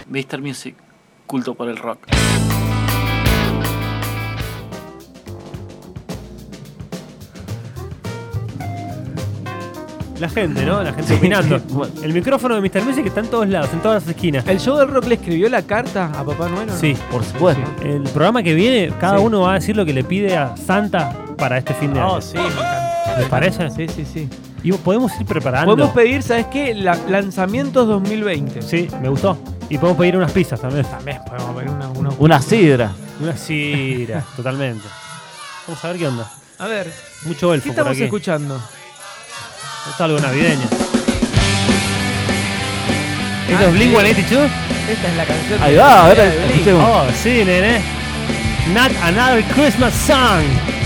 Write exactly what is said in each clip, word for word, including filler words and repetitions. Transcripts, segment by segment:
míster Music, culto por el rock. La gente, ¿no? La gente opinando. El micrófono de míster Music está en todos lados, en todas las esquinas. ¿El show del rock le escribió la carta a Papá Noel o no? Sí, por supuesto. El programa que viene, cada Sí. uno va a decir lo que le pide a Santa para este fin de año. Oh, sí, me encanta. ¿Les parece? Sí, sí, sí. Y podemos ir preparando. Podemos pedir, ¿sabes qué? La- lanzamientos dos mil veinte. Sí, me gustó. Y podemos pedir unas pizzas también. También podemos pedir una, una... Una sidra. Una sidra, totalmente. Vamos a ver qué onda. A ver, Mucho elfo ¿qué por estamos aquí. escuchando? Esto es algo navideño. ¿Esto es Blink ciento ochenta y dos? Esta es la canción Ahí de- va, a ver, de Blink. escuchemos. Oh, sí, nene. Not Another Christmas Song.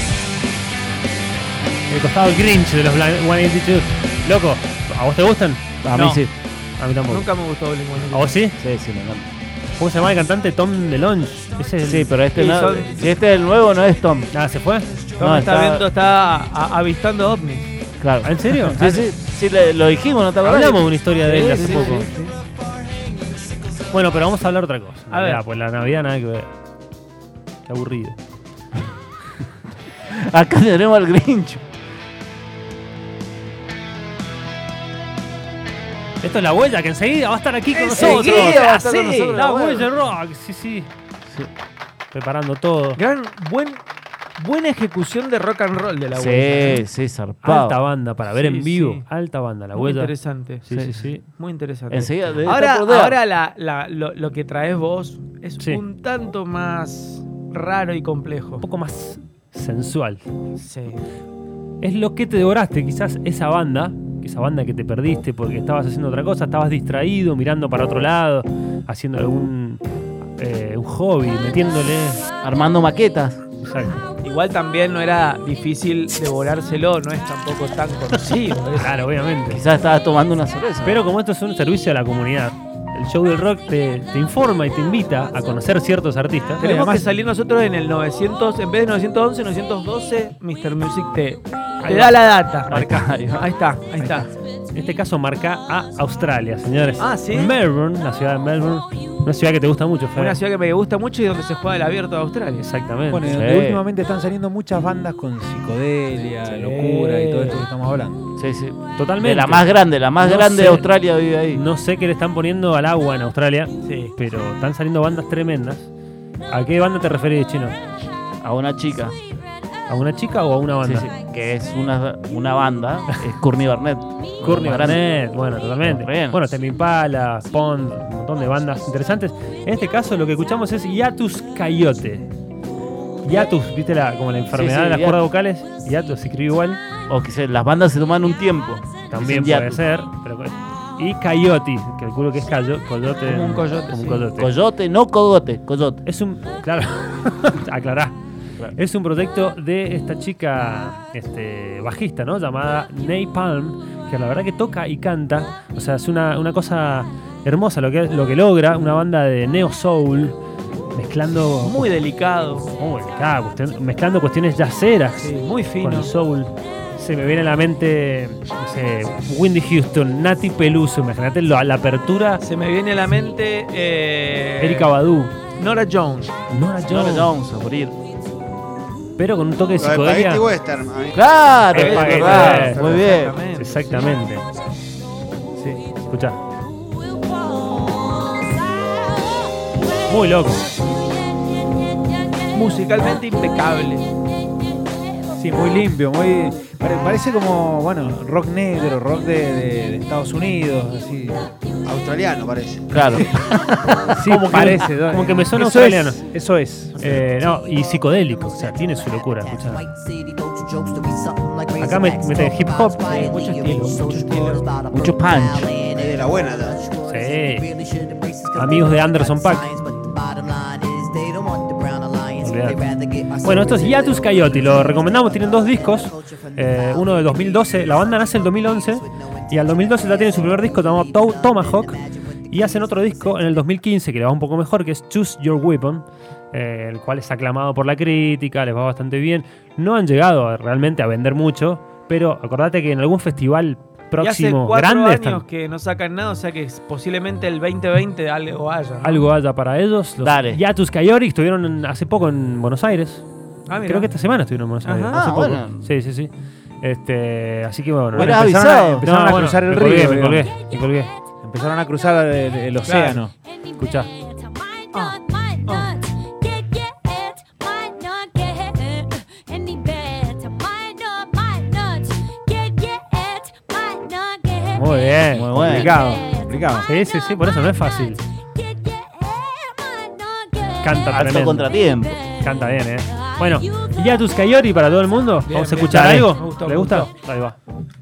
El costado Grinch de los Blink ciento ochenta y dos. Loco, ¿a vos te gustan? A mí No. sí. A mí tampoco. Nunca me gustó Blink ciento ochenta y dos. ¿A vos sí? Sí, sí, me encanta. ¿Cómo se llama el cantante? Tom DeLonge. Ese es el... Sí, pero este Sí, no. son- Si este es el nuevo, no es Tom. Ah, ¿se fue? Tom No, está, está- viendo, está a- avistando ovnis. Claro. ¿En serio? Sí, sí, sí, le- lo dijimos, ¿no te acordás? Hablamos de una historia de él Sí, hace sí, poco. sí, sí. Bueno, pero vamos a hablar otra cosa. A ver. Ya, pues la Navidad nada que ver. Qué aburrido. Acá tenemos al Grinch. Esto es La Huella, que enseguida va a estar aquí con Enseguida nosotros. va a estar con nosotros La La Huella. Huella Rock, sí, sí. Preparando todo. Gran, buen, buena ejecución de rock and roll de la Huella. Sí, sí, zarpado. Alta banda para ver Sí, en vivo. sí. Alta banda, La Muy Huella. interesante. Sí, sí, sí. Muy interesante. Enseguida debe Ahora, estar por dar. ahora la, la- lo, lo que traes vos es Sí. un tanto más raro y complejo. Un poco más sensual. Sí. Es lo que te devoraste, quizás esa banda, esa banda que te perdiste porque estabas haciendo otra cosa, estabas distraído, mirando para otro lado, haciendo algún eh, un hobby, metiéndole. Armando maquetas. Exacto. Igual también no era difícil devorárselo, no es tampoco tan conocido. es- Claro, obviamente. Quizás estabas tomando una cerveza. Pero como esto es un servicio a la comunidad, el show del rock te, te informa y te invita a conocer ciertos artistas. Tenemos Además, que salir nosotros en el novecientos, en vez de novecientos once, novecientos doce, míster Music te, Ahí te va. da la data. Ahí está, ahí va. Ahí está, ahí está. en este caso marca a Australia, señores. Ah, ¿sí? Melbourne, la ciudad de Melbourne. Una ciudad que te gusta mucho, Fede. Una ciudad que me gusta mucho y donde se juega el abierto de Australia. Exactamente. Bueno, y Sí. donde últimamente están saliendo muchas bandas con psicodelia, Sí. locura y todo esto que estamos hablando. Sí, sí. Totalmente. De la más grande, la más No grande sé. de Australia vive ahí. No sé qué le están poniendo al agua en Australia, Sí. pero están saliendo bandas tremendas. ¿A qué banda te referís, Chino? A una chica. ¿A una chica o a una Sí, banda? sí, que es una, una banda, es Courtney Barnett. Courtney Más grande. Barnett, bueno, totalmente. Re bien. Bueno, Tame Impala, Pond, un montón de bandas interesantes. En este caso lo que escuchamos es Hiatus Coyote. Hiatus, ¿viste la, como la enfermedad Sí, sí, de las hiatus. cuerdas vocales? Hiatus se escribe igual. O que se- las bandas se toman un tiempo. También Dicen puede hiatus. ser. Pero, y Coyote, que calculo que es cayo- coyote. Como un coyote, Como un sí. coyote. Coyote, no cogote, coyote. Es un. Claro. Aclará. Claro. Es un proyecto de esta chica este, bajista, ¿no? Llamada Napalm, que la verdad que toca y canta. O sea, es una, una cosa hermosa lo que, lo que logra. Una banda de neo soul, mezclando. Muy delicado. Muy delicada, cuestión- mezclando cuestiones yaceras Sí, muy con fino. el soul. Se me viene a la mente, no sé, Whitney Houston, Nati Peluso. Imagínate lo- la apertura. Se me viene a la mente eh, Erika Badu, Nora Jones. Nora Nora Jones, Jones, a morir. pero con un toque de Lo de psicodelia. Spaghetti Western. a mí. Claro, Es es Spaghetti verdad. Western. Muy bien. Exactamente. Exactamente. Sí, escuchá. Muy loco. Musicalmente impecable. Sí, muy limpio, muy. pare- Parece como, bueno, rock negro, rock de, de- de Estados Unidos, así. Australiano parece. Claro. Sí, Como que- parece. ¿no? como que me suena Eso australiano. es, eso es. Eh, no, y psicodélico, o sea, tiene su locura. Escuchá. Acá me mete hip hop. Sí, mucho estilo, mucho estilo. Mucho punch. Es de la buena. ya. Sí. Amigos de Anderson Paak. Olvidate. Bueno, esto es Hiatus Coyote, lo recomendamos, tienen dos discos, eh, uno de dos mil doce, la banda nace en el dos mil once y al dos mil doce ya tiene su primer disco llamado To- Tomahawk y hacen otro disco en el dos mil quince que le va un poco mejor, que es Choose Your Weapon, eh, el cual es aclamado por la crítica, les va bastante bien. No han llegado a- realmente a vender mucho, pero acordate que en algún festival próximo cuatro grande años están. que no sacan nada, o sea que posiblemente el veinte veinte algo haya. ¿no? Algo haya para ellos. Los Dale. Yatus Coyote estuvieron en- hace poco en Buenos Aires. Ah, mirá. Creo que esta semana estuvieron en Buenos Ajá. Aires. Ah, hace poco. bueno. Sí, sí, sí. Este, así que bueno. Hubieras no, avisado. Empezaron a, empezaron a bueno, cruzar el me río. colgué, me digamos. colgué, me colgué. Empezaron a cruzar el, el océano. Escuchá. Ah, Muy bien. Muy bueno. Complicado, complicado. Sí, sí, sí, por eso no es fácil. Canta Alto tremendo. contratiempo. Canta bien, eh. Bueno, Yatus Coyote para todo el mundo. Bien, Vamos a bien. escuchar Dale. algo. Me gustó, ¿Le me gusta? gustó. Ahí va.